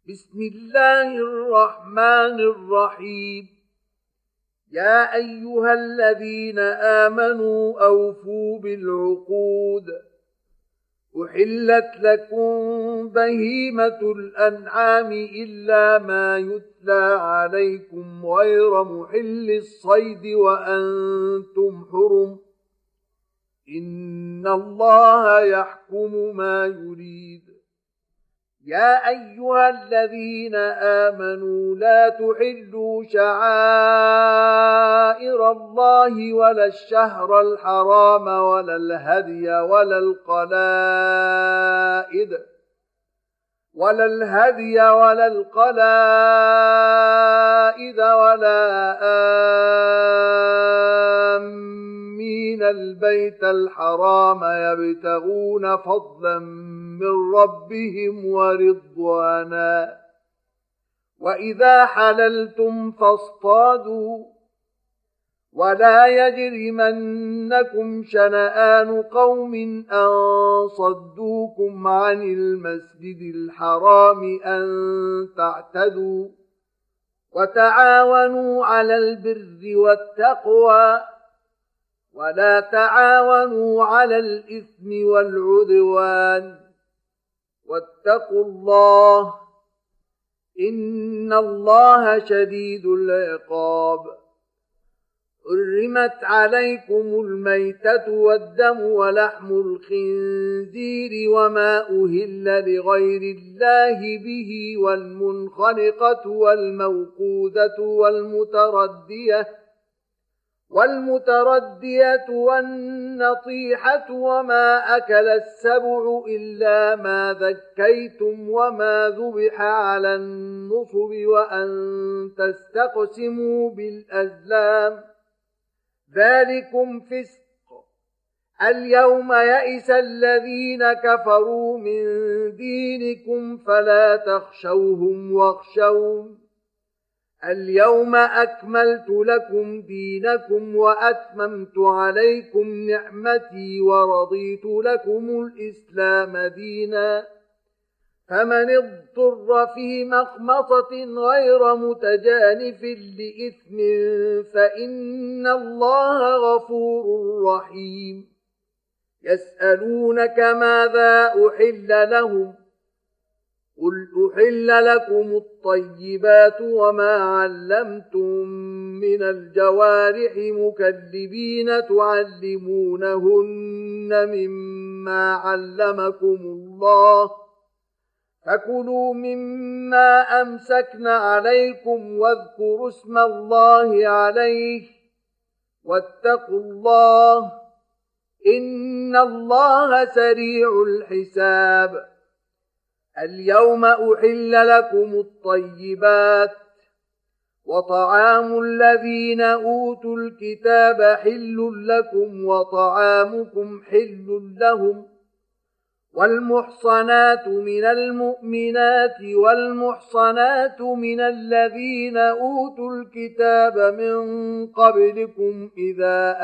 بسم الله الرحمن الرحيم. يا أيها الذين آمنوا أوفوا بالعقود. أحلت لكم بهيمة الأنعام إلا ما يتلى عليكم غير محل الصيد وأنتم حرم. إن الله يحكم ما يريد. يا أيها الذين آمنوا لا تحلوا شعائر الله ولا الشهر الحرام ولا الهدي ولا القلائد ولا آمين البيت الحرام يبتغون فضلا من ربهم ورضوانا. وإذا حللتم فاصطادوا ولا يجرمنكم شنآن قوم أن صدوكم عن المسجد الحرام أن تعتدوا. وتعاونوا على البر والتقوى ولا تعاونوا على الإثم والعدوان. واتقوا الله إن الله شديد العقاب. حرمت عليكم الميتة والدم ولحم الخنزير وما أهل لغير الله به والمنخنقة والموقوذة والمتردية والنطيحة وما أكل السبع إلا ما ذكيتم وما ذبح على النصب وأن تستقسموا بالأزلام ذلكم فسق. اليوم يئس الذين كفروا من دينكم فلا تخشوهم واخشون. اليوم أكملت لكم دينكم وأتممت عليكم نعمتي ورضيت لكم الإسلام دينا. فمن اضطر في مخمصة غير متجانف لإثم فإن الله غفور رحيم. يسألونك ماذا أحل لهم قل أحل لكم الطيبات وما علمتم من الجوارح مكلبين تعلمونهن مما علمكم الله فكلوا مما أمسكن عليكم واذكروا اسم الله عليه واتقوا الله إن الله سريع الحساب. اليوم أحل لكم الطيبات وطعام الذين أوتوا الكتاب حل لكم وطعامكم حل لهم. والمحصنات من المؤمنات والمحصنات من الذين أوتوا الكتاب من قبلكم إذا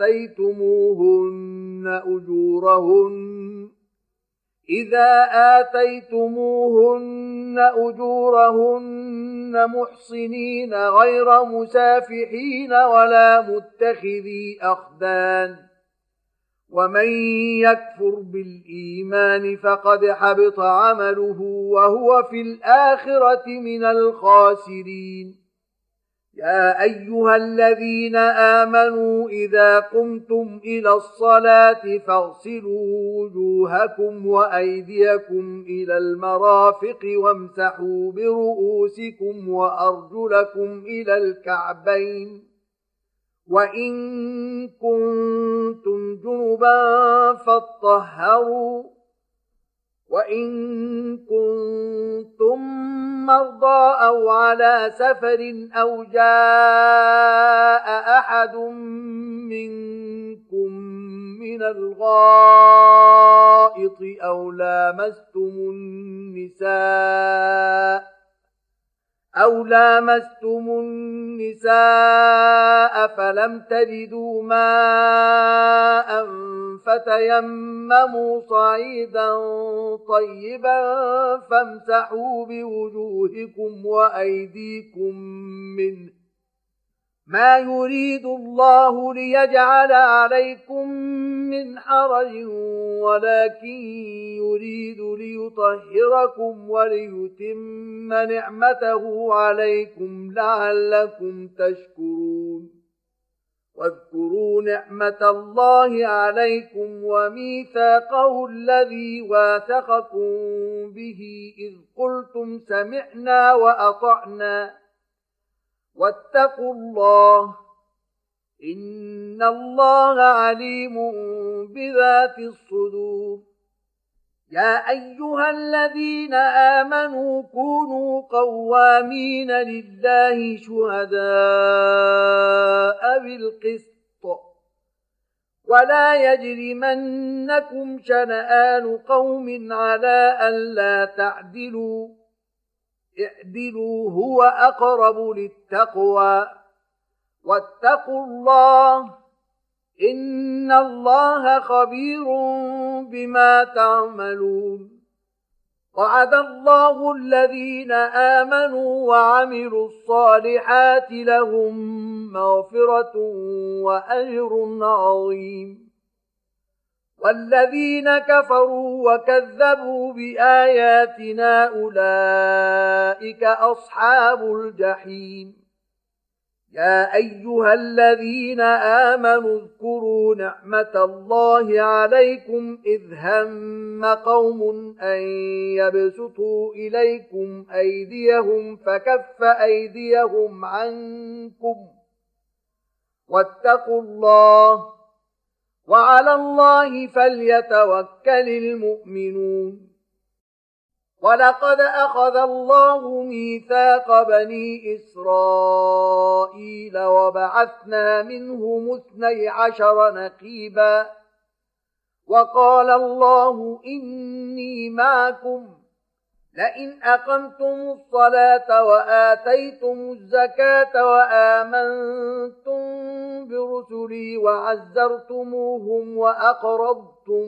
آتيتموهن أجورهن محصنين غير مسافحين ولا متخذي أخدان. ومن يكفر بالإيمان فقد حبط عمله وهو في الآخرة من الخاسرين. يا أيها الذين آمنوا إذا قمتم إلى الصلاة فاغسلوا وجوهكم وأيديكم إلى المرافق وامسحوا برؤوسكم وأرجلكم إلى الكعبين وإن كنتم جنبا فاطهروا وإن كنتم مرضى أو على سفر أو جاء أحد منكم من الغائط أو لامستم النساء فلم تجدوا ماء فتيمموا صعيدا طيبا فامسحوا بوجوهكم وأيديكم منه، ما يريد الله ليجعل عليكم من حرج ولكن يريد ليطهركم وليتم نعمته عليكم لعلكم تشكرون. واذكروا نعمة الله عليكم وميثاقه الذي واثقكم به إذ قلتم سمعنا وأطعنا واتقوا الله إن الله عليم بذات الصدور. يا أيها الذين آمنوا كونوا قوامين لله شهداء بالقسط ولا يجرمنكم شنآن قوم على ألا تعدلوا اعدلوا هو أقرب للتقوى واتقوا الله إن الله خبير بما تعملون. وعد الله الذين آمنوا وعملوا الصالحات لهم مغفرة وأجر عظيم. والذين كفروا وكذبوا بآياتنا أولئك أصحاب الجحيم. يا أيها الذين آمنوا اذكروا نعمة الله عليكم إذ هم قوم أن يبسطوا إليكم أيديهم فكف أيديهم عنكم واتقوا الله وعلى الله فليتوكل المؤمنون. ولقد أخذ الله ميثاق بني إسرائيل وبعثنا منهم 12 نقيبا وقال الله إني معكم لئن أقمتم الصلاة وآتيتم الزكاة وآمنتم برسلي وعزرتموهم وأقرضتم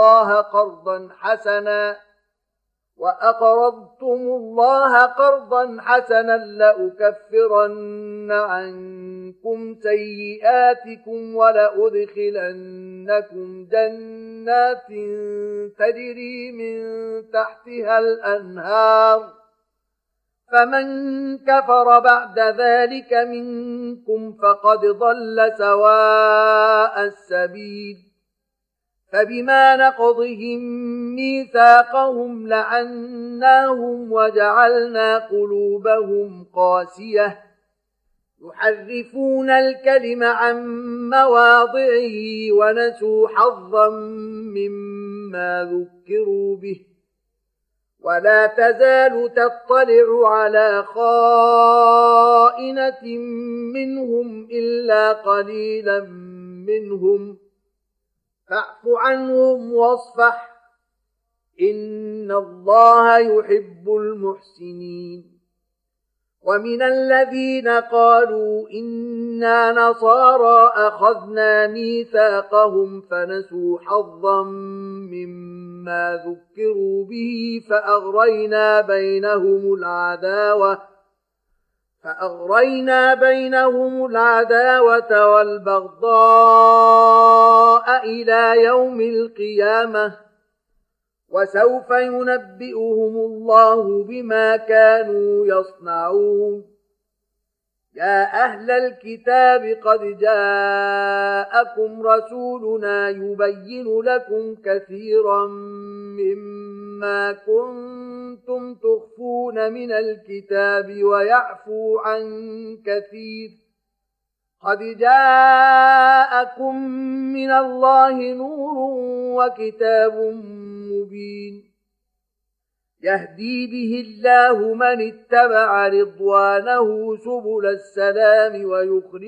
الله قرضا حسنا لأكفرن عنكم سيئاتكم ولأدخلنكم جنات تجري من تحتها الأنهار فمن كفر بعد ذلك منكم فقد ضل سواء السبيل. فبما نقضهم ميثاقهم لعناهم وجعلنا قلوبهم قاسية يحرفون الكلم عن مواضعه ونسوا حظا مما ذكروا به ولا تزال تطلع على خائنة منهم إلا قليلا منهم فاعف عنهم واصفح إن الله يحب المحسنين. ومن الذين قالوا إنا نصارى أخذنا ميثاقهم فنسوا حظا مما ذكروا به فأغرينا بينهم العداوة والبغضاء إلى يوم القيامة وسوف ينبئهم الله بما كانوا يصنعون. يا أهل الكتاب قد جاءكم رسولنا يبين لكم كثيرا مما كنتم تخفون من الكتاب ويعفو عن كثير. قد جاءكم من الله نور وكتاب مبين يهدي به الله من اتبع رضوانه سبل السلام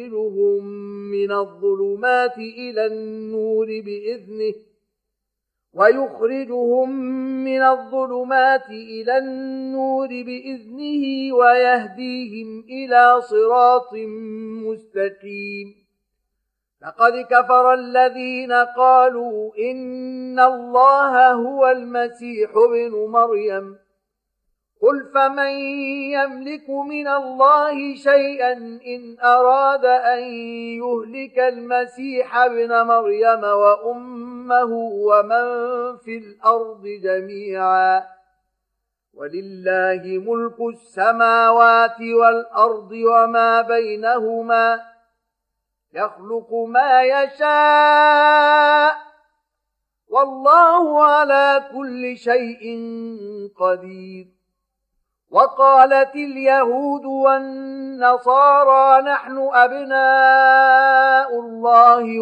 ويخرجهم من الظلمات إلى النور بإذنه ويخرجهم من الظلمات إلى النور بإذنه ويهديهم إلى صراط مستقيم. لقد كفر الذين قالوا إن الله هو المسيح ابن مريم قل فمن يملك من الله شيئا إن أراد أن يهلك المسيح ابن مريم وأمه ومن في الأرض جميعا ولله ملك السماوات والأرض وما بينهما يخلق ما يشاء والله على كل شيء قدير. وقالت اليهود والنصارى نحن أبناء الله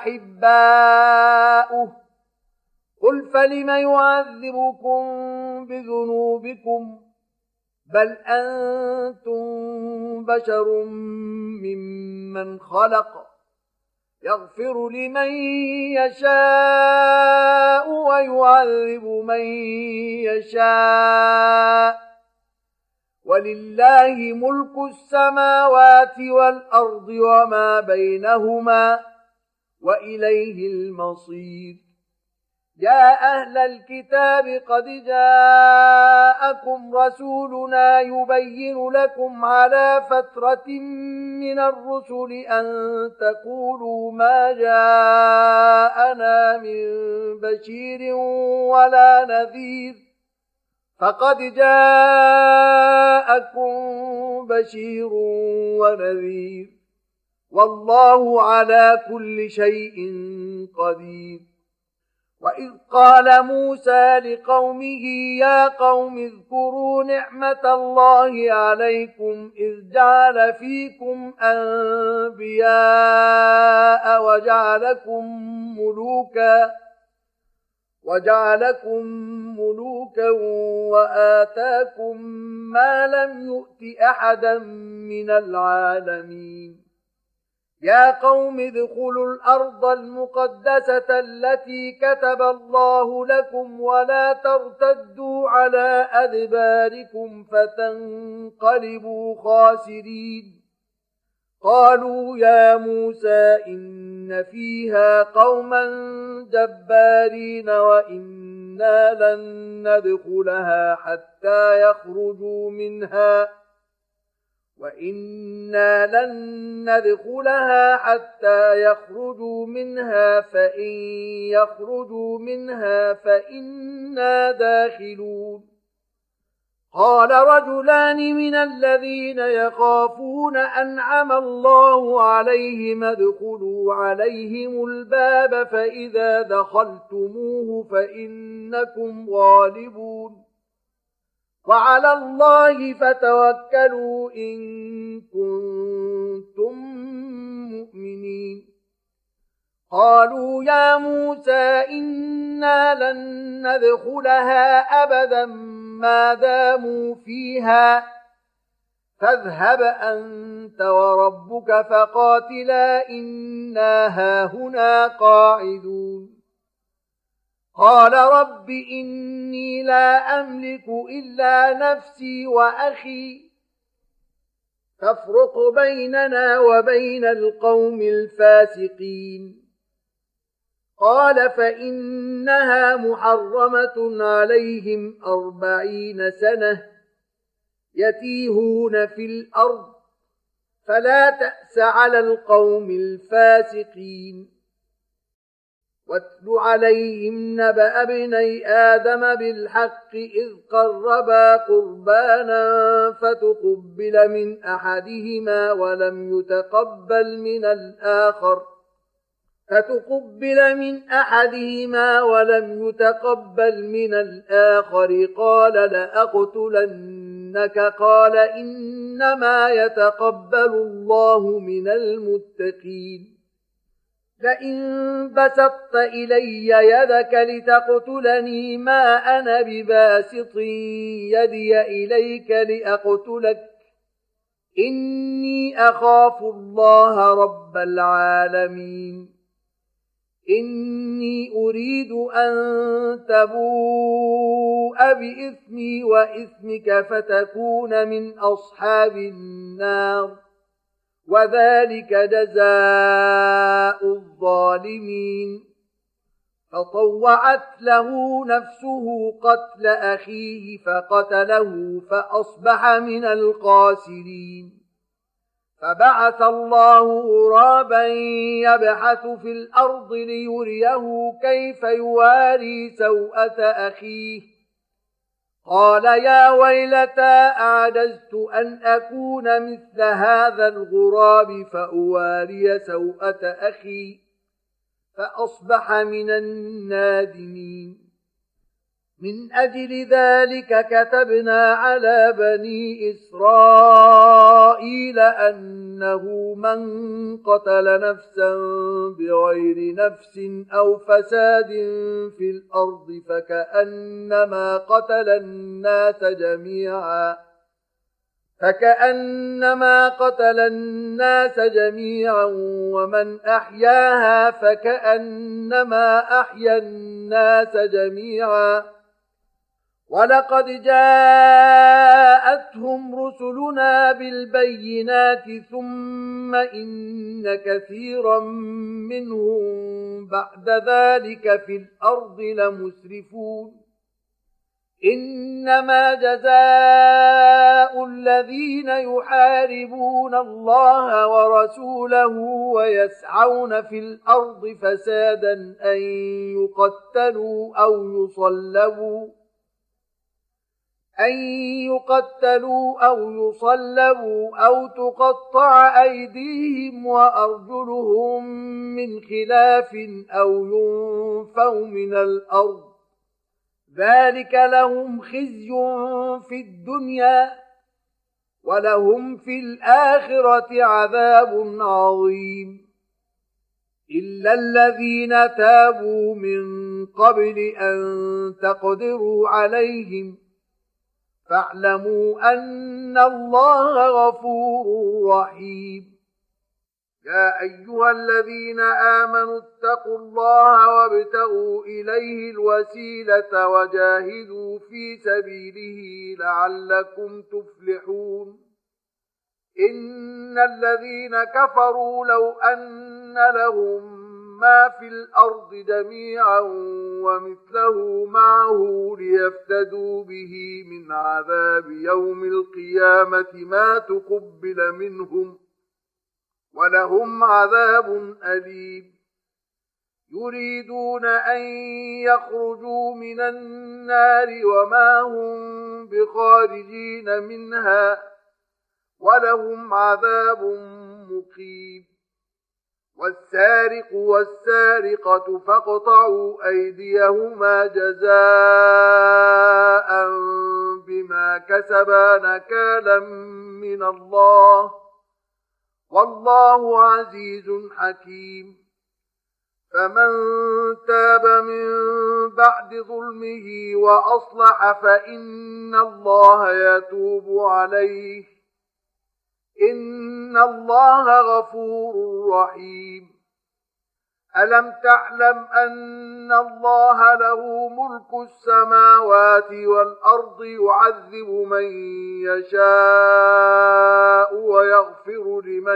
وأحباؤه قل فلم يعذبكم بذنوبكم بل أنتم بشر ممن خلق يغفر لمن يشاء ويعذب من يشاء ولله ملك السماوات والأرض وما بينهما وإليه المصير. يا أهل الكتاب قد جاءكم رسولنا يبين لكم على فترة من الرسل أن تقولوا ما جاءنا من بشير ولا نذير فقد جاءكم بشير ونذير والله على كل شيء قدير. وإذ قال موسى لقومه يا قوم اذكروا نعمة الله عليكم إذ جعل فيكم أنبياء وجعلكم ملوكا وآتاكم ما لم يؤت أحدا من العالمين. يا قوم ادخلوا الأرض المقدسة التي كتب الله لكم ولا ترتدوا على أدباركم فتنقلبوا خاسرين. قالوا يا موسى إن فيها قوما جبارين وإنا لن ندخلها حتى يخرجوا منها فإن يخرجوا منها فإنا داخلون. قال رجلان من الذين يخافون أنعم الله عليهم ادخلوا عليهم الباب فإذا دخلتموه فإنكم غالبون وعلى الله فتوكلوا إن كنتم مؤمنين. قالوا يا موسى إنا لن ندخلها أبدا ما داموا فيها فاذهب أنت وربك فقاتلا إنا هاهنا قاعدون. قال رب إني لا أملك إلا نفسي وأخي فافرق بيننا وبين القوم الفاسقين. قال فإنها محرمة عليهم 40 سنة يتيهون في الأرض فلا تأس على القوم الفاسقين. واتل عليهم نبأ ابني آدم بالحق إذ قربا قربانا فتقبل من أحدهما ولم يتقبل من الآخر قال لأقتلنك قال إنما يتقبل الله من المتقين. لئن بسطت إلي يدك لتقتلني ما أنا بباسط يدي إليك لأقتلك إني أخاف الله رب العالمين. إني أريد أن تبوء بإثمي وإثمك فتكون من أصحاب النار وذلك جزاء الظالمين. فطوعت له نفسه قتل أخيه فقتله فأصبح من الخاسرين. فبعث الله غرابا يبحث في الأرض ليريه كيف يواري سوءة أخيه قال يا ويلتى أعجزت أن أكون مثل هذا الغراب فأواري سوءة أخي فأصبح من النادمين. من أجل ذلك كتبنا على بني إسرائيل أنه من قتل نفسا بغير نفس أو فساد في الأرض فكأنما قتل الناس جميعا ومن أحياها فكأنما أحيا الناس جميعا. ولقد جاءتهم رسلنا بالبينات ثم إن كثيرا منهم بعد ذلك في الأرض لمسرفون. إنما جزاء الذين يحاربون الله ورسوله ويسعون في الأرض فسادا أن يقتلوا أو يصلبوا أو تقطع أيديهم وأرجلهم من خلاف أو ينفوا من الأرض ذلك لهم خزي في الدنيا ولهم في الآخرة عذاب عظيم. إلا الذين تابوا من قبل أن تقدروا عليهم فاعلموا أن الله غفور رحيم. يا أيها الذين آمنوا اتقوا الله وابتغوا إليه الوسيلة وجاهدوا في سبيله لعلكم تفلحون. إن الذين كفروا لو أن لهم ما في الأرض جميعا ومثله معه ليفتدوا به من عذاب يوم القيامة ما تقبل منهم ولهم عذاب أليم. يريدون أن يخرجوا من النار وما هم بخارجين منها ولهم عذاب مقيم. والسارق والسارقة فاقطعوا أيديهما جزاء بما كسبا نكالا من الله والله عزيز حكيم. فمن تاب من بعد ظلمه وأصلح فإن الله يتوب عليه إن الله غفور رحيم. ألم تعلم أن الله له ملك السماوات والأرض يعذب من يشاء ويغفر لمن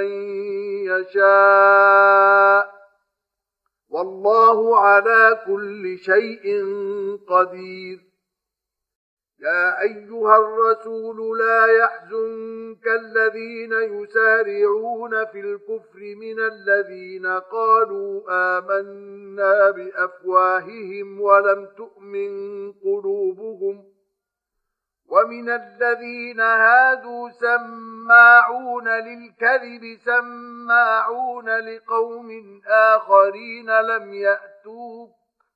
يشاء والله على كل شيء قدير. يا أيها الرسول لا يحزنك الذين يسارعون في الكفر من الذين قالوا آمنا بأفواههم ولم تؤمن قلوبهم ومن الذين هادوا سماعون للكذب سماعون لقوم آخرين لم يأتوك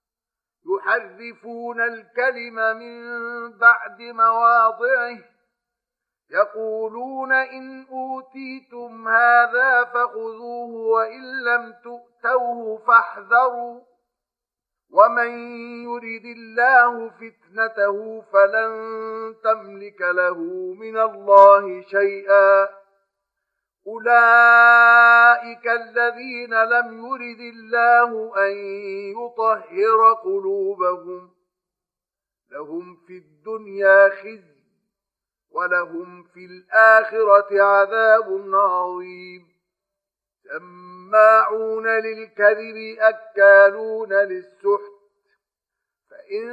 يحرفون الكلم من بعد مواضعه يقولون إن أوتيتم هذا فخذوه وإن لم تؤتوه فاحذروا ومن يرد الله فتنته فلن تملك له من الله شيئا أولئك الذين لم يرد الله أن يطهر قلوبهم لهم في الدنيا خزي ولهم في الآخرة عذاب عظيم سماعون للكذب أكالون للسحت فإن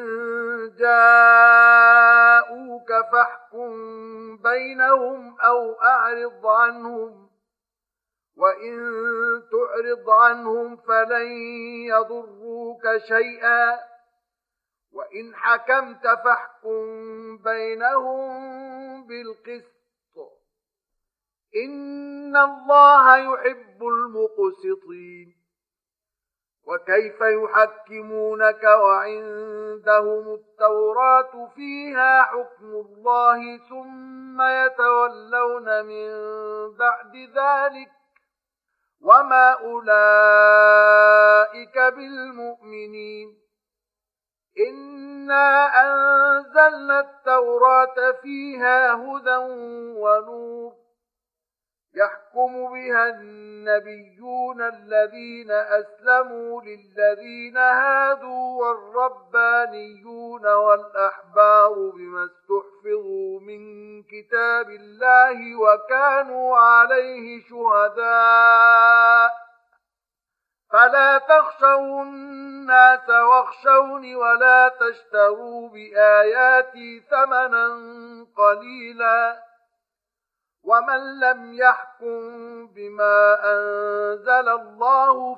جاءوك فاحكم بينهم أو أعرض عنهم وإن تعرض عنهم فلن يضروك شيئا وإن حكمت فاحكم بينهم بالقسط إن الله يحب المقسطين وكيف يحكمونك وعندهم التوراة فيها حكم الله ثم يتولون من بعد ذلك وما أولئك بالمؤمنين إنا أنزلنا التوراة فيها هدى ونور يحكم بها النبيون الذين أسلموا للذين هادوا والربانيون والأحبار بما استحفظوا من كتاب الله وكانوا عليه شهداء فلا تخشوا الناس واخشوني ولا تشتروا بآياتي ثمنا قليلا ومن لم يحكم بما أنزل الله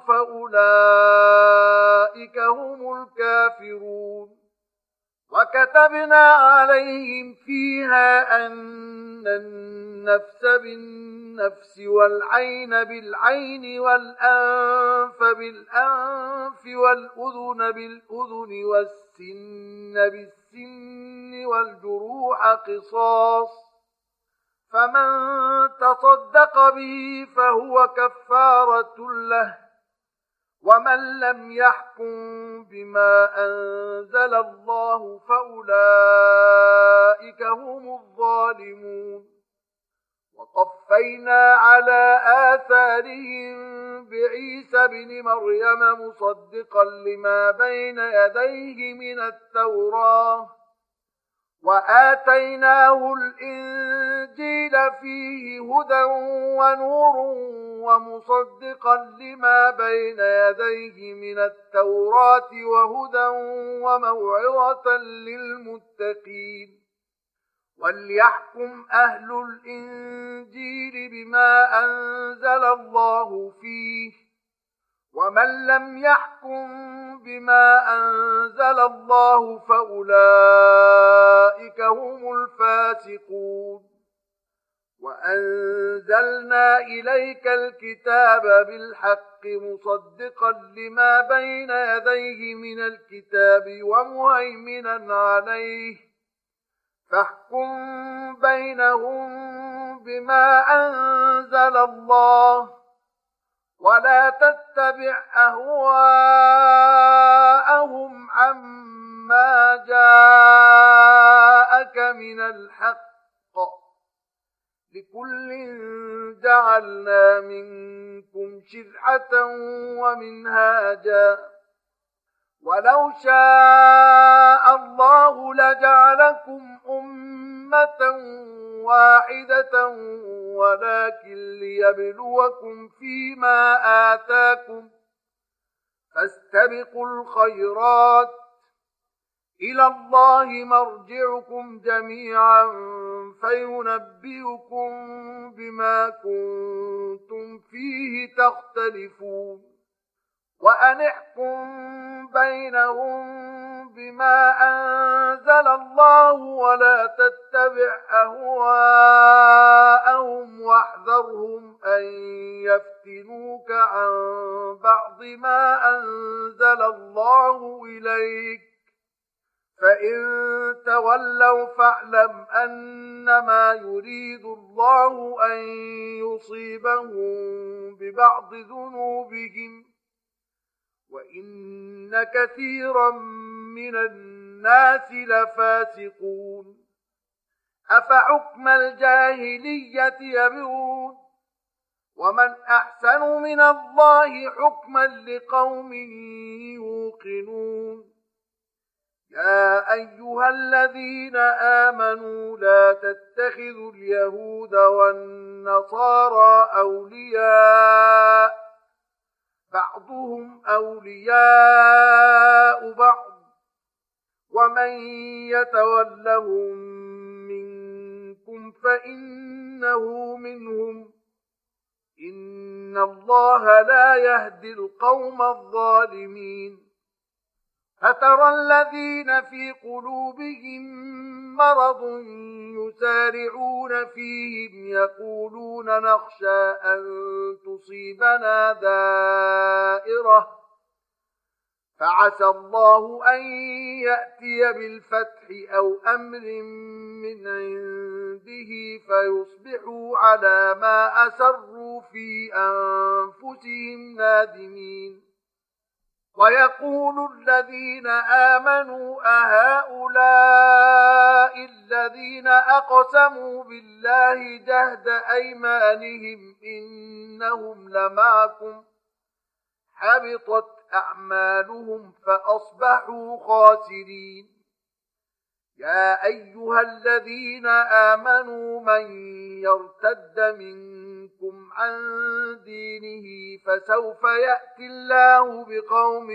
فأولئك هم الكافرون وكتبنا عليهم فيها أن النفس بالنفس والعين بالعين والأنف بالأنف والأذن بالأذن والسن بالسن والجروح قصاص فمن تصدق به فهو كفارة له ومن لم يحكم بما أنزل الله فأولئك هم الظالمون وقفينا على آثارهم بعيسى بن مريم مصدقا لما بين يديه من التوراة وآتيناه الإنجيل فيه هدى ونور ومصدقا لما بين يديه من التوراة وهدى وموعظة للمتقين وليحكم أهل الإنجيل بما أنزل الله فيه ومن لم يحكم بما أنزل الله فأولئك هم الفاسقون وأنزلنا إليك الكتاب بالحق مصدقا لما بين يديه من الكتاب ومهيمنا عليه فاحكم بينهم بما أنزل الله ولا تتبع أهواءهم عما جاءك من الحق لكل جعلنا منكم شرعة ومنهاجا ولو شاء الله لجعلكم أمة واحدة ولكن ليبلوكم فيما آتاكم فاستبقوا الخيرات إلى الله مرجعكم جميعا فينبئكم بما كنتم فيه تختلفون وأن احكم بينهم بما أنزل الله ولا تتبع أهواءهم واحذرهم أن يفتنوك عن بعض ما أنزل الله إليك فإن تولوا فاعلم أنما يريد الله أن يصيبهم ببعض ذنوبهم وإن كثيرا من الناس لفاسقون أفحكم الجاهلية يبغون ومن أحسن من الله حكما لقوم يوقنون. يا أيها الذين آمنوا لا تتخذوا اليهود والنصارى أولياء بعضهم أولياء بعض ومن يتولهم منكم فإنه منهم إن الله لا يهدي القوم الظالمين. فترى الذين في قلوبهم مرض يسارعون فيهم يقولون نخشى أن تصيبنا دائرة فعسى الله أن يأتي بالفتح أو أمر من عنده فيصبحوا على ما أسروا في أنفسهم نادمين. ويقول الذين آمنوا أهؤلاء الذين أقسموا بالله جهد أيمانهم إنهم لمعكم حبطت أعمالهم فأصبحوا خاسرين. يا أيها الذين آمنوا من يرتد منكم عن دينه فسوف يأتي الله بقوم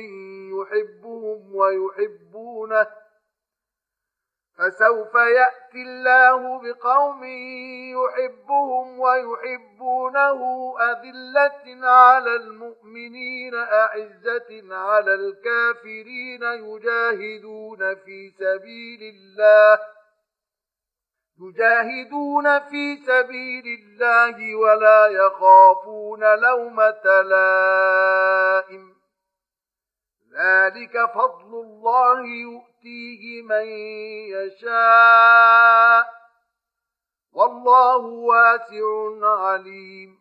يحبهم ويحبونه أذلة على المؤمنين أعزة على الكافرين يجاهدون في سبيل الله ولا يخافون لومة لائم. ذلك فضل الله يؤتيه من يشاء والله واسع عليم.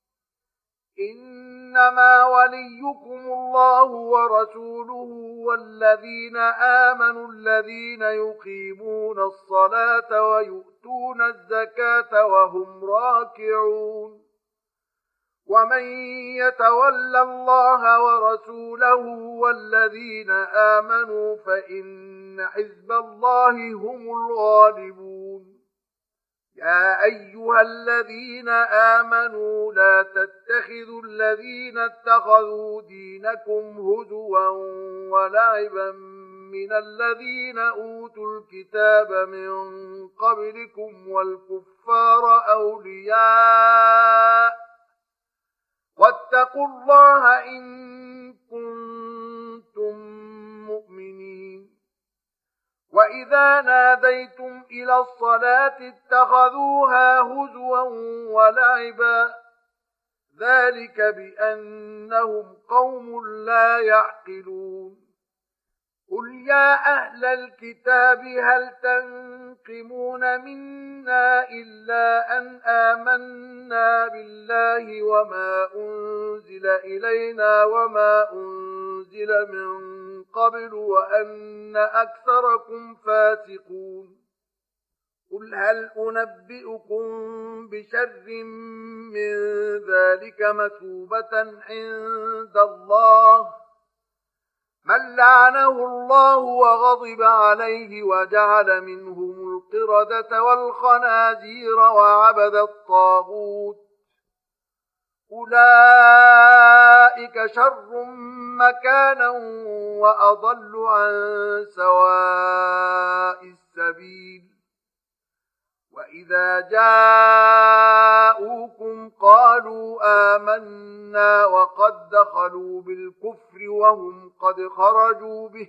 إنما وليكم الله ورسوله والذين آمنوا الذين يقيمون الصلاة ويؤتون الزكاة وهم راكعون. ومن يتول الله ورسوله والذين آمنوا فإن حزب الله هم الغالبون. يا أيها الذين آمنوا لا تتخذوا الذين اتخذوا دينكم هزوا ولعبا من الذين أوتوا الكتاب من قبلكم والكفار أولياء واتقوا الله إن كنتم مؤمنين. وإذا ناديتم إلى الصلاة اتخذوها هزوا ولعبا ذلك بأنهم قوم لا يعقلون. قل يا أهل الكتاب هل تنقمون منا إلا أن آمنا بالله وما أنزل إلينا وما أنزل من قبل وأن أكثركم فاسقون. قل هل أنبئكم بشر من ذلك مثوبة عند الله من لعنه الله وغضب عليه وجعل منهم القردة والخنازير وعبد الطاغوت أولئك شر مكانا وأضل عن سواء السبيل. وإذا جاءوكم قالوا آمنا وقد دخلوا بالكفر وهم قد خرجوا به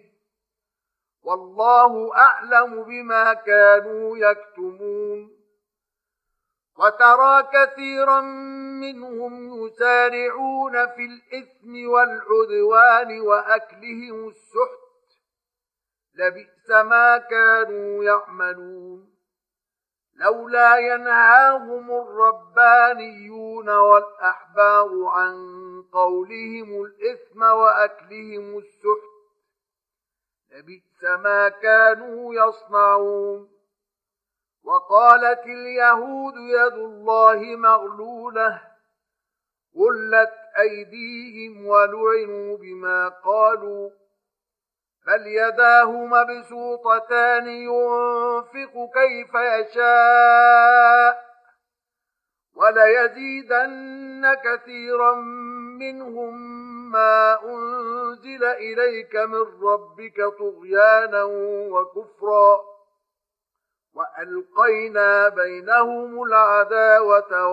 والله أعلم بما كانوا يكتمون. وترى كثيرا منهم يسارعون في الإثم والعدوان وأكلهم السحت لبئس ما كانوا يعملون. لولا ينهاهم الربانيون والأحبار عن قولهم الإثم وأكلهم السحت لبئس ما كانوا يصنعون. وقالت اليهود يد الله مغلولة غلت أيديهم ولعنوا بما قالوا بل يداه مبسوطتان ينفق كيف يشاء وليزيدن كثيرا منهم ما أنزل إليك من ربك طغيانا وكفرا وألقينا بينهم العداوة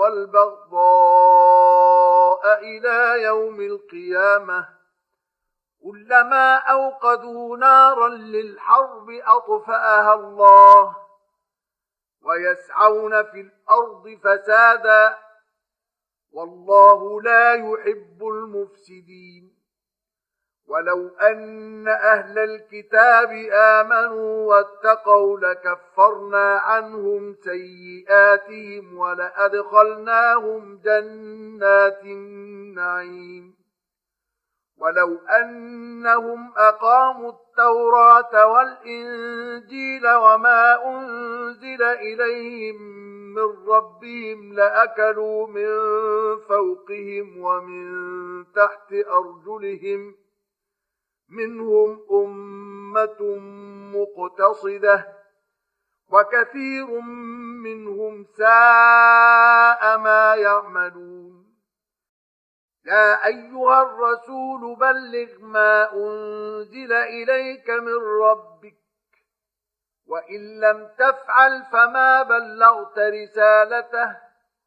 والبغضاء إلى يوم القيامة كلما أوقدوا نارا للحرب أطفأها الله ويسعون في الأرض فسادا والله لا يحب المفسدين ولو أن أهل الكتاب آمنوا واتقوا لكفرنا عنهم سيئاتهم ولأدخلناهم جنات النعيم ولو أنهم أقاموا التوراة والإنجيل وما أنزل إليهم من ربهم لأكلوا من فوقهم ومن تحت أرجلهم منهم أمة مقتصدة وكثير منهم ساء ما يعملون يا أيها الرسول بلغ ما أنزل إليك من ربك وإن لم تفعل فما بلغت رسالته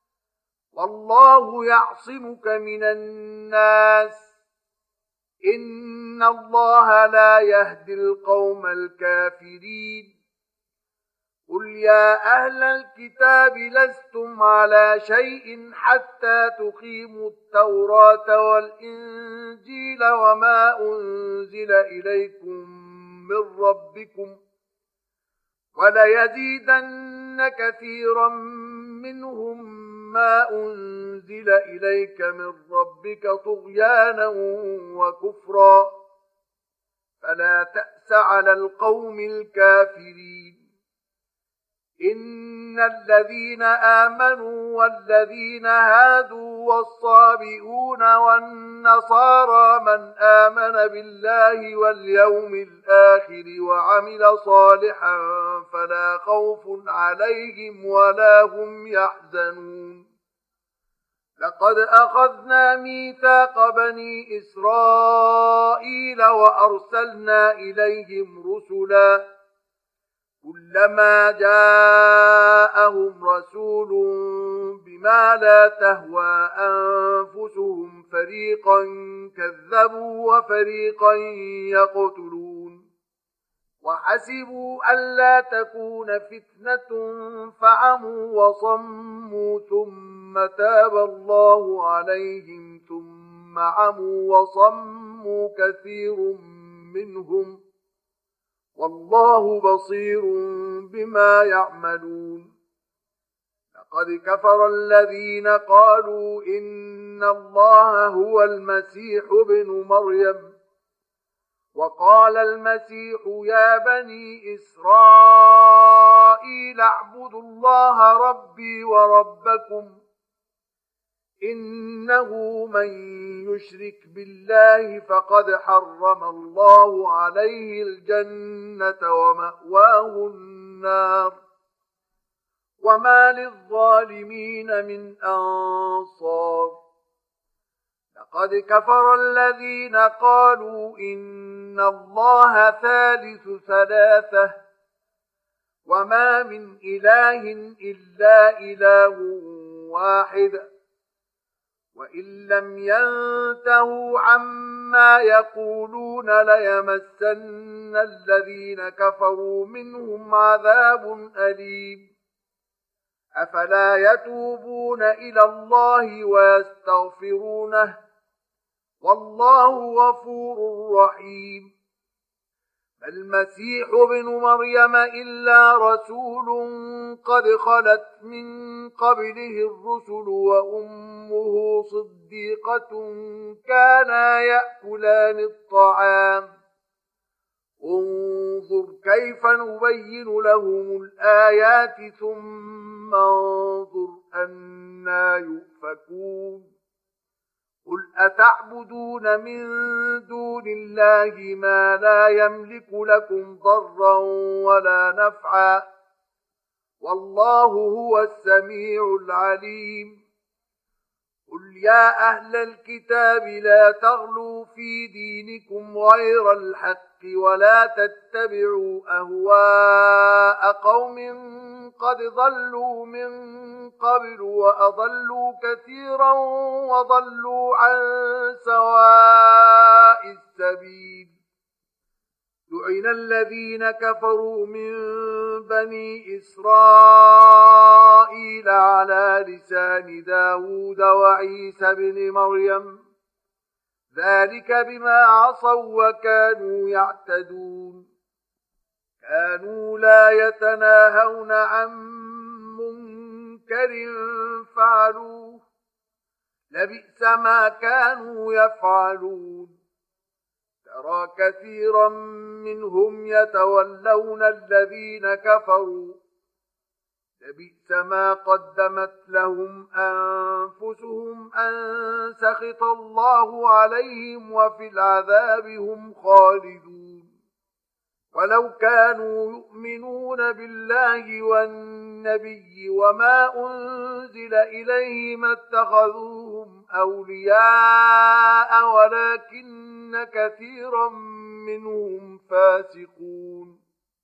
والله يعصمك من الناس إن الله لا يهدي القوم الكافرين قل يا أهل الكتاب لستم على شيء حتى تقيموا التوراة والإنجيل وما أنزل إليكم من ربكم وليزيدن كثيرا منهم ما أنزل إليك من ربك طغيانا وكفرا فلا تأس على القوم الكافرين إن الذين آمنوا والذين هادوا والصابئون والنصارى من آمن بالله واليوم الآخر وعمل صالحا فلا خوف عليهم ولا هم يحزنون لقد أخذنا ميثاق بني إسرائيل وأرسلنا إليهم رسلا كلما جاءهم رسول بما لا تهوى أنفسهم فريقا كذبوا وفريقا يقتلون وحسبوا ألا تكون فتنة فعموا وصموا ثم تاب الله عليهم ثم عموا وصموا كثير منهم والله بصير بما يعملون لقد كفر الذين قالوا إن الله هو المسيح ابن مريم وقال المسيح يا بني إسرائيل اعبدوا الله ربي وربكم إنه من يشرك بالله فقد حرم الله عليه الجنة ومأواه النار وما للظالمين من أنصار لقد كفر الذين قالوا إن الله ثالث ثلاثة وما من إله إلا إله واحد وإن لم ينتهوا عما يقولون ليمسن الذين كفروا منهم عذاب أليم أفلا يتوبون إلى الله ويستغفرونه والله غفور رحيم المسيح ابن مريم إلا رسول قد خلت من قبله الرسل وأمه صديقة كانا يأكلان الطعام انظر كيف نبين لهم الآيات ثم انظر أنى يؤفكون أتعبدون من دون الله ما لا يملك لكم ضرا ولا نفعا والله هو السميع العليم قل يا أهل الكتاب لا تغلوا في دينكم غير الحق ولا تتبعوا أهواء قوم قد ضلوا من قبل وأضلوا كثيرا وضلوا عن سواء السبيل لعن الذين كفروا من بني إسرائيل على لسان داود وعيسى بن مريم ذلك بما عصوا وكانوا يعتدون كانوا لا يتناهون عن منكر فعلوه لبئس ما كانوا يفعلون ترى كثيرا منهم يتولون الذين كفروا لبئس ما قدمت لهم أنفسهم أن سخط الله عليهم وفي العذاب هم خالدون ولو كانوا يؤمنون بالله والنبي وما أنزل إليه ما اتخذوهم أولياء ولكن كثيرا منهم فاسقون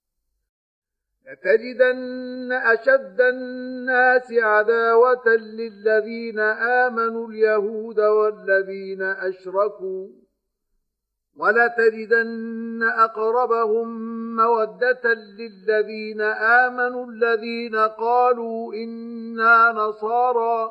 لتجدن أشد الناس عداوة للذين آمنوا اليهود والذين أشركوا ولتجدن أقربهم مودة للذين آمنوا الذين قالوا إنا نصارى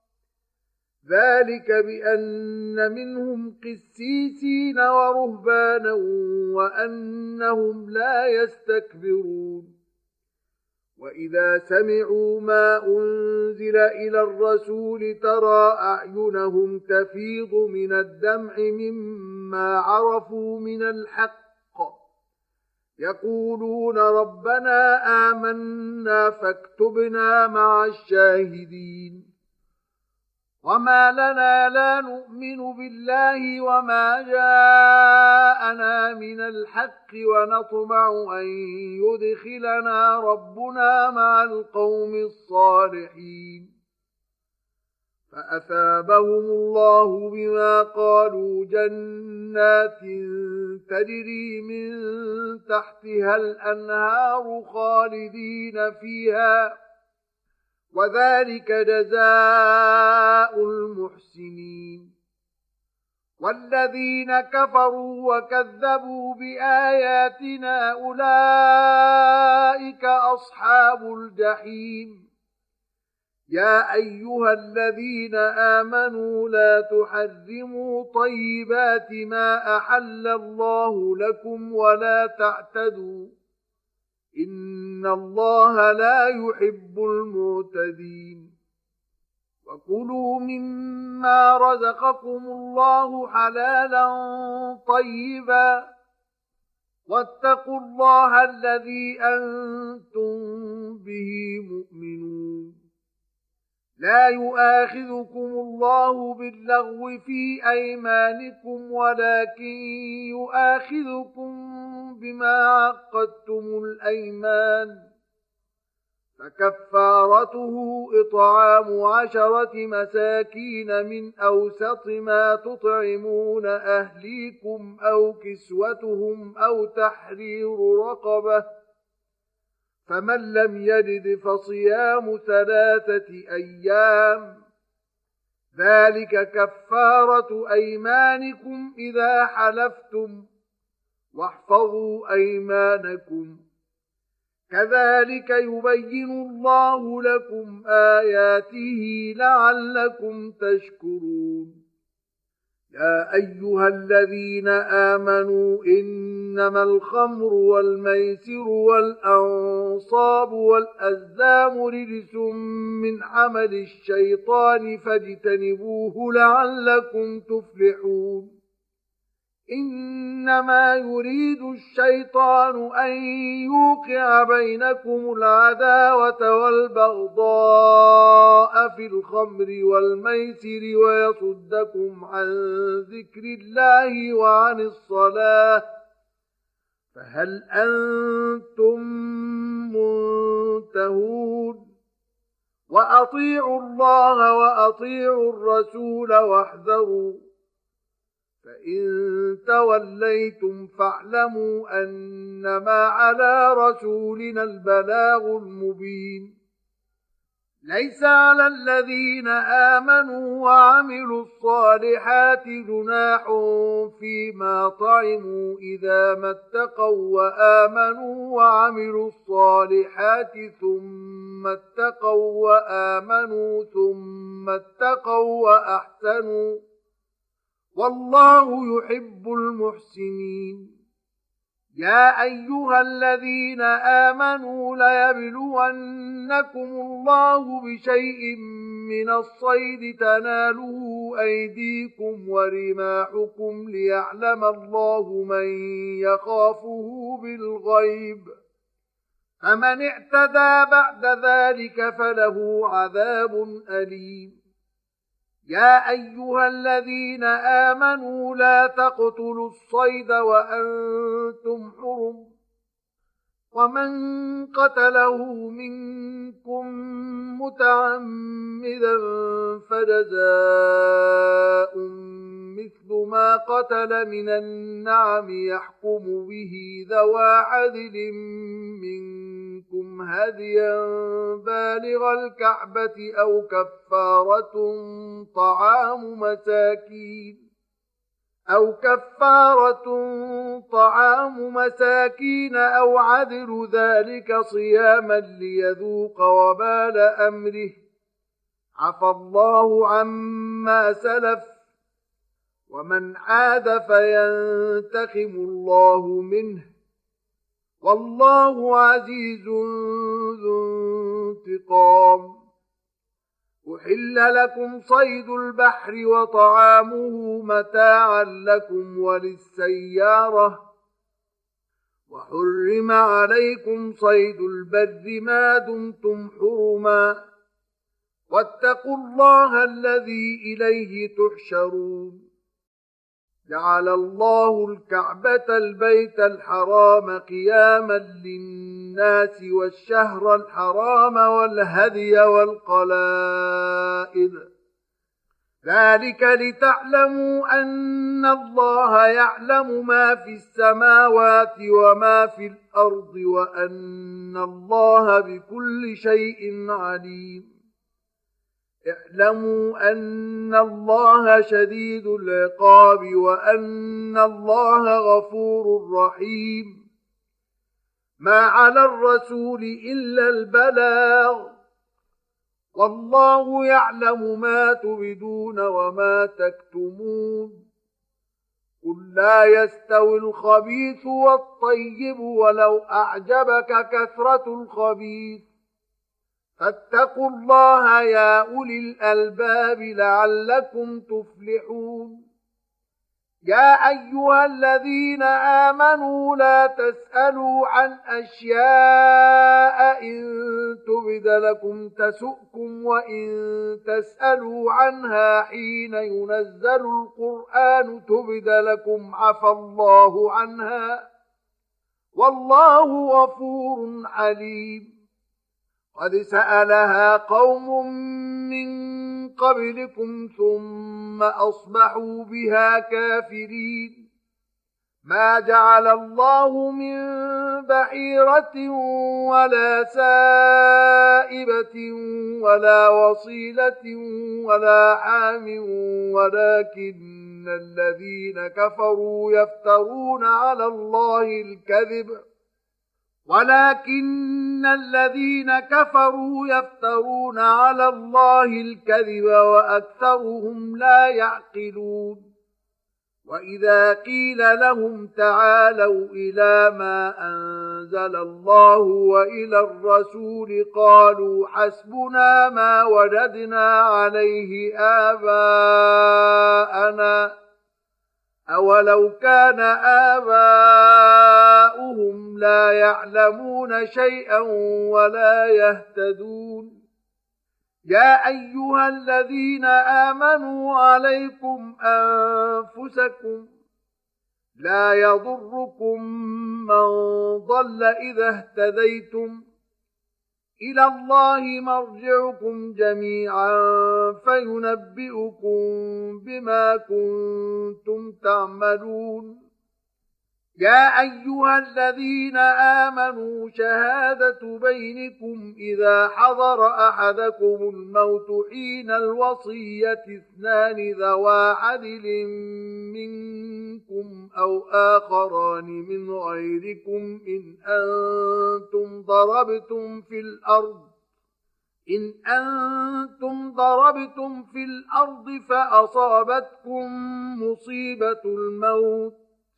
ذلك بأن منهم قسيسين ورهبانا وأنهم لا يستكبرون وإذا سمعوا ما أنزل إلى الرسول ترى أعينهم تفيض من الدمع مما عرفوا من الحق يقولون ربنا آمنا فاكتبنا مع الشاهدين وما لنا لا نؤمن بالله وما جاءنا من الحق ونطمع أن يدخلنا ربنا مع القوم الصالحين فأثابهم الله بما قالوا جنات تجري من تحتها الأنهار خالدين فيها وذلك جزاء المحسنين والذين كفروا وكذبوا بآياتنا أولئك أصحاب الجحيم يا أيها الذين آمنوا لا تحرموا طيبات ما أحل الله لكم ولا تعتدوا إن الله لا يحب المعتدين وكلوا مما رزقكم الله حلالا طيبا واتقوا الله الذي أنتم به مؤمنون لا يؤاخذكم الله باللغو في أيمانكم ولكن يؤاخذكم بما عقدتم الأيمان فكفارته إطعام 10 مساكين من أوسط ما تطعمون أهليكم أو كسوتهم أو تحرير رقبة فمن لم يجد فصيام 3 أيام ذلك كفارة أيمانكم إذا حلفتم واحفظوا أيمانكم كذلك يبين الله لكم آياته لعلكم تشكرون يا أيها الذين آمنوا إنما الخمر والميسر والأنصاب والأزلام رجس من عمل الشيطان فاجتنبوه لعلكم تفلحون إنما يريد الشيطان أن يوقع بينكم العداوة والبغضاء في الخمر والميسر ويصدكم عن ذكر الله وعن الصلاة فهل أنتم منتهون وأطيعوا الله وأطيعوا الرسول واحذروا فإن توليتم فاعلموا أنما على رسولنا البلاغ المبين ليس على الذين آمنوا وعملوا الصالحات جناح فيما طعموا إذا ما اتقوا وآمنوا وعملوا الصالحات ثم اتقوا وآمنوا ثم اتقوا وأحسنوا والله يحب المحسنين يا أيها الذين آمنوا ليبلونكم الله بشيء من الصيد تناله أيديكم ورماحكم ليعلم الله من يخافه بالغيب فمن اعتدى بعد ذلك فله عذاب أليم يا أيها الذين آمنوا لا تقتلوا الصيد وأنتم حرم ومن قتله منكم متعمدا فجزاء مثل ما قتل من النعم يحكم به ذوى عدل منكم هديا بالغ الكعبة أو كفارة طعام مساكين أو عدل ذلك صياما ليذوق وبال أمره عفى الله عما سلف ومن عاد فينتقم الله منه والله عزيز ذو انتقام أحل لكم صيد البحر وطعامه متاعا لكم وللسيارة وحرم عليكم صيد البر ما دمتم حرما واتقوا الله الذي إليه تحشرون جعل الله الكعبة البيت الحرام قياما للناس والشهر الحرام والهدي والقلائد ذلك لتعلموا أن الله يعلم ما في السماوات وما في الأرض وأن الله بكل شيء عليم اعلموا أن الله شديد العقاب وأن الله غفور رحيم ما على الرسول إلا البلاغ والله يعلم ما تبدون وما تكتمون قل لا يستوي الخبيث والطيب ولو أعجبك كثرة الخبيث فاتقوا الله يا أولي الألباب لعلكم تفلحون يا أيها الذين آمنوا لا تسألوا عن أشياء إن تبد لكم تسؤكم وإن تسألوا عنها حين ينزل القرآن تبد لكم عفى الله عنها والله غفور حليم قد سألها قوم من قبلكم ثم أصبحوا بها كافرين ما جعل الله من بحيرة ولا سائبة ولا وصيلة ولا حام ولكن الذين كفروا يفترون على الله الكذب وأكثرهم لا يعقلون وإذا قيل لهم تعالوا إلى ما أنزل الله وإلى الرسول قالوا حسبنا ما وجدنا عليه آباءنا أولو كان آباؤهم لا يعلمون شيئا ولا يهتدون يا أيها الذين آمنوا عليكم أنفسكم لا يضركم من ضل إذا اهتديتم إلى الله مرجعكم جميعا فينبئكم بما كنتم تعملون يا أيها الذين آمنوا شهادة بينكم إذا حضر أحدكم الموت حين الوصية اثنان ذوا عدل منكم أو آخران من غيركم إن أنتم ضربتم في الأرض فأصابتكم مصيبة الموت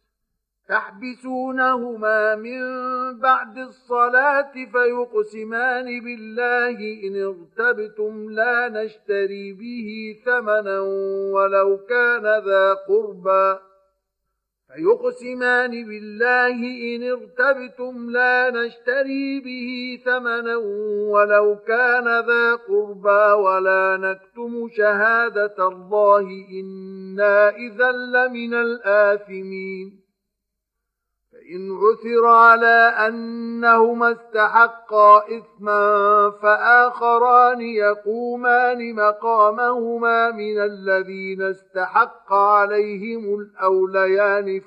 تحبسونهما من بعد الصلاة فيقسمان بالله إن ارتبتم لا نشتري به ثمنا ولو كان ذا قربى ولا نكتم شهادة الله إنا إذا لمن الآثمين فإن عثر على أنهما استحقا إثما فآخران يقومان مقامهما من الذين استحق عليهم الأوليان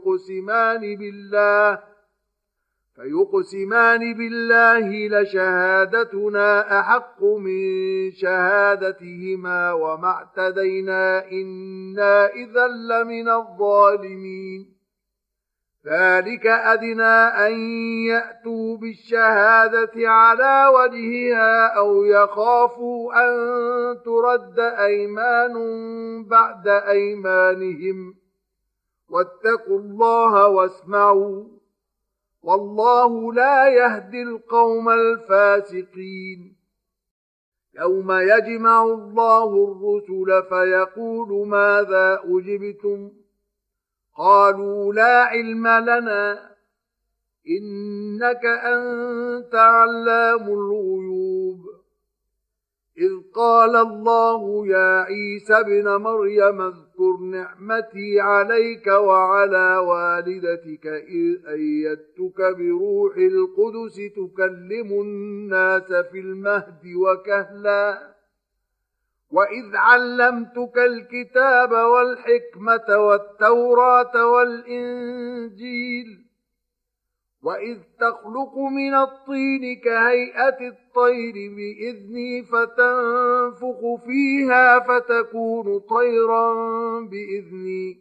فيقسمان بالله لشهادتنا أحق من شهادتهما وما اعتدينا إنا إذا لمن الظالمين ذلك أدنى أن يأتوا بالشهادة على وجهها أو يخافوا أن ترد أيمان بعد أيمانهم واتقوا الله واسمعوا والله لا يهدي القوم الفاسقين يوم يجمع الله الرسل فيقول ماذا أجبتم قالوا لا علم لنا إنك أنت علام الغيوب إذ قال الله يا عيسى ابن مريم اذكر نعمتي عليك وعلى والدتك إذ أيدتك بروح القدس تكلم الناس في المهد وكهلا وإذ علمتك الكتاب والحكمة والتوراة والإنجيل وإذ تخلق من الطين كهيئة الطير بإذني فتنفخ فيها فتكون طيرا بإذني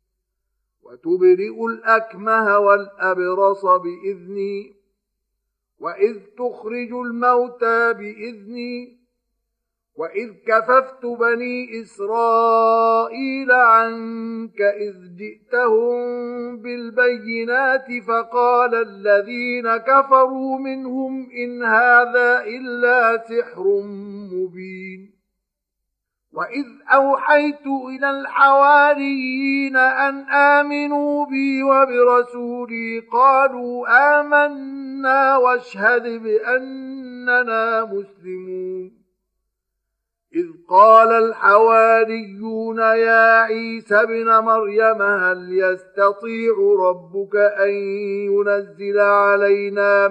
وتبرئ الأكمه والأبرص بإذني وإذ تخرج الموتى بإذني وإذ كففت بني إسرائيل عنك إذ جئتهم بالبينات فقال الذين كفروا منهم إن هذا إلا سحر مبين وإذ أوحيت إلى الحواريين أن آمنوا بي وبرسولي قالوا آمنا واشهد بأننا مسلمون إذ قال الحواريون يا عيسى ابن مريم هل يستطيع ربك أن ينزل علينا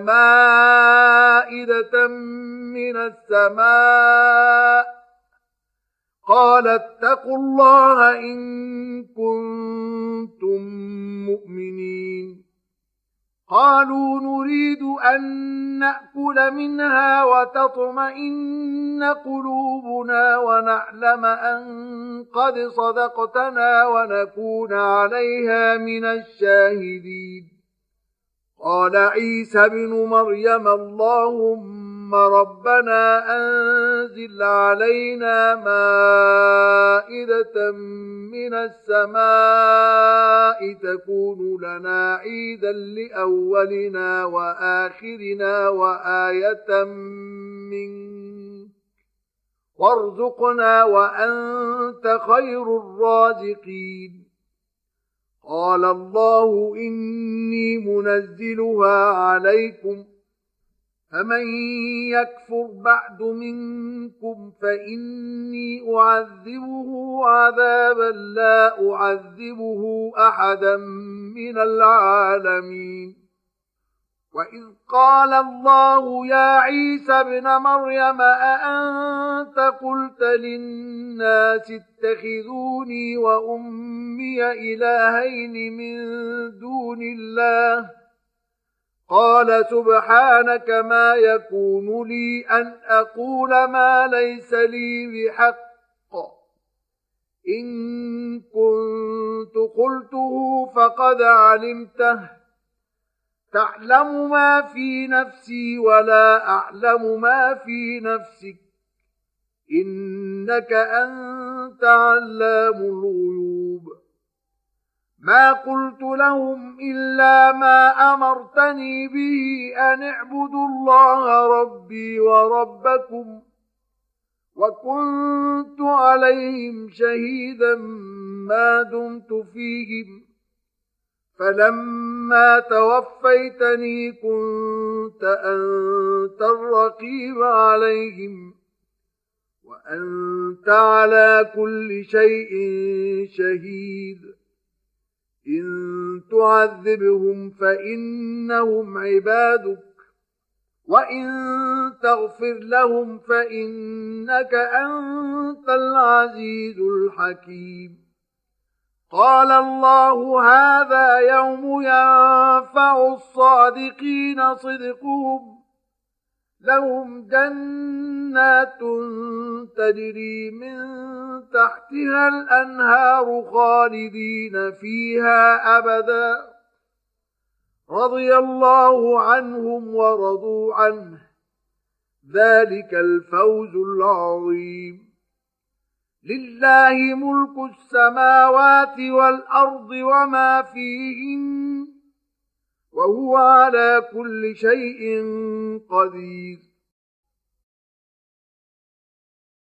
مائدة من السماء قال اتقوا الله إن كنتم مؤمنين قالوا نريد أن نأكل منها وتطمئن قلوبنا ونعلم أن قد صدقتنا ونكون عليها من الشاهدين قال عيسى ابن مريم اللهم ربنا أنزل علينا مائدة من السماء تكون لنا عيدا لأولنا وآخرنا وآية منك وارزقنا وأنت خير الرازقين قال الله إني منزلها عليكم فمن يكفر بعد منكم فإني أعذبه عذابا لا أعذبه أحدا من العالمين. وإذ قال الله يا عيسى ابن مريم أأنت قلت للناس اتخذوني وأمي إلهين من دون الله قال سبحانك ما يكون لي أن أقول ما ليس لي بحق إن كنت قلته فقد علمته تعلم ما في نفسي ولا أعلم ما في نفسك إنك أنت علام الغيوب. ما قلت لهم إلا ما أمرتني به أن اعبدوا الله ربي وربكم وكنت عليهم شهيدا ما دمت فيهم فلما توفيتني كنت أنت الرقيب عليهم وأنت على كل شيء شهيد. إن تعذبهم فإنهم عبادك وإن تغفر لهم فإنك أنت العزيز الحكيم. قال الله هذا يوم ينفع الصادقين صدقهم لهم جنات تجري من تحتها الأنهار خالدين فيها أبدا رضي الله عنهم ورضوا عنه ذلك الفوز العظيم. لله ملك السماوات والأرض وما فيهن وهو على كل شيء قدير.